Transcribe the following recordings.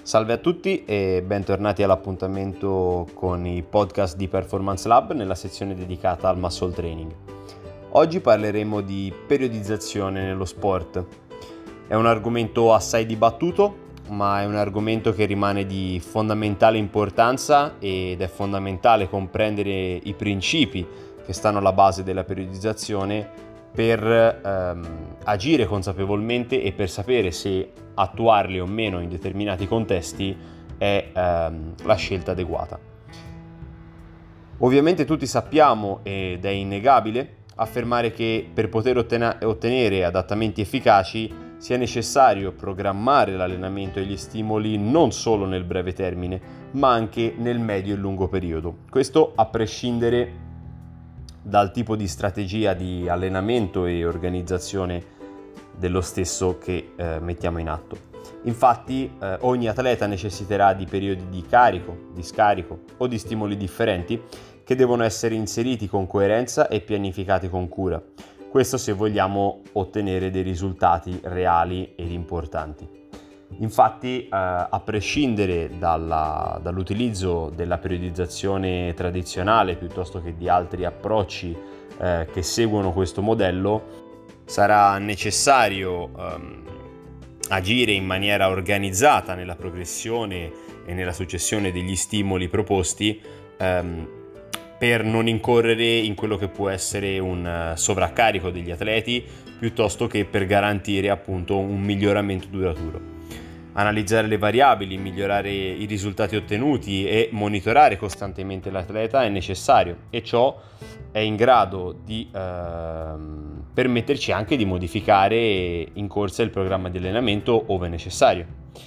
Salve a tutti e bentornati all'appuntamento con i podcast di Performance Lab nella sezione dedicata al muscle training. Oggi parleremo di periodizzazione nello sport. È un argomento assai dibattuto, ma è un argomento che rimane di fondamentale importanza ed è fondamentale comprendere i principi che stanno alla base della periodizzazione per agire consapevolmente e per sapere se attuarli o meno in determinati contesti è la scelta adeguata. Ovviamente tutti sappiamo, ed è innegabile, affermare che per poter ottenere adattamenti efficaci sia necessario programmare l'allenamento e gli stimoli non solo nel breve termine, ma anche nel medio e lungo periodo. Questo a prescindere dal tipo di strategia di allenamento e organizzazione dello stesso che mettiamo in atto. Infatti ogni atleta necessiterà di periodi di carico, di scarico o di stimoli differenti che devono essere inseriti con coerenza e pianificati con cura. Questo se vogliamo ottenere dei risultati reali ed importanti. Infatti, a prescindere dall'utilizzo della periodizzazione tradizionale piuttosto che di altri approcci che seguono questo modello, sarà necessario agire in maniera organizzata nella progressione e nella successione degli stimoli proposti per non incorrere in quello che può essere un sovraccarico degli atleti piuttosto che per garantire appunto un miglioramento duraturo. Analizzare le variabili, migliorare i risultati ottenuti e monitorare costantemente l'atleta è necessario e ciò è in grado di permetterci anche di modificare in corsa il programma di allenamento ove necessario.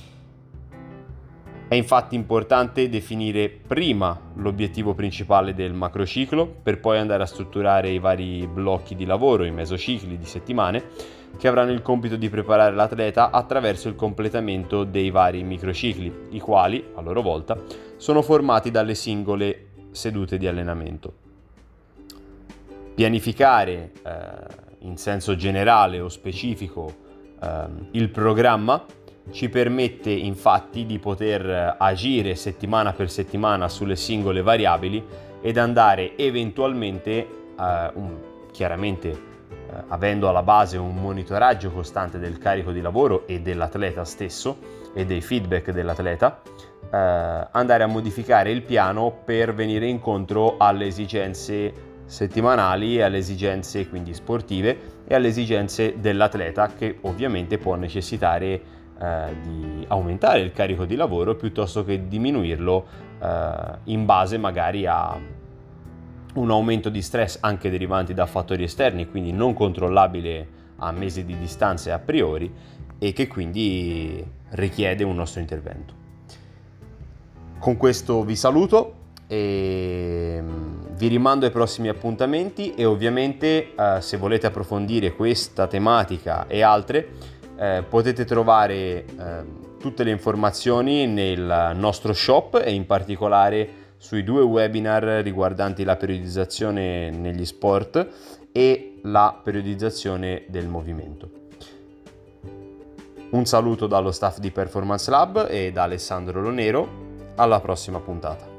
È infatti importante definire prima l'obiettivo principale del macrociclo per poi andare a strutturare i vari blocchi di lavoro, i mesocicli di settimane, che avranno il compito di preparare l'atleta attraverso il completamento dei vari microcicli, i quali, a loro volta, sono formati dalle singole sedute di allenamento. Pianificare in senso generale o specifico il programma ci permette infatti di poter agire settimana per settimana sulle singole variabili ed andare eventualmente, chiaramente avendo alla base un monitoraggio costante del carico di lavoro e dell'atleta stesso e dei feedback dell'atleta, andare a modificare il piano per venire incontro alle esigenze settimanali, alle esigenze quindi sportive e alle esigenze dell'atleta, che ovviamente può necessitare di aumentare il carico di lavoro piuttosto che diminuirlo in base magari a un aumento di stress anche derivanti da fattori esterni, quindi non controllabile a mesi di distanza e a priori, e che quindi richiede un nostro intervento. Con questo vi saluto e vi rimando ai prossimi appuntamenti e ovviamente se volete approfondire questa tematica e altre potete trovare tutte le informazioni nel nostro shop e in particolare sui 2 webinar riguardanti la periodizzazione negli sport e la periodizzazione del movimento. Un saluto dallo staff di Performance Lab e da Alessandro Lonero, alla prossima puntata.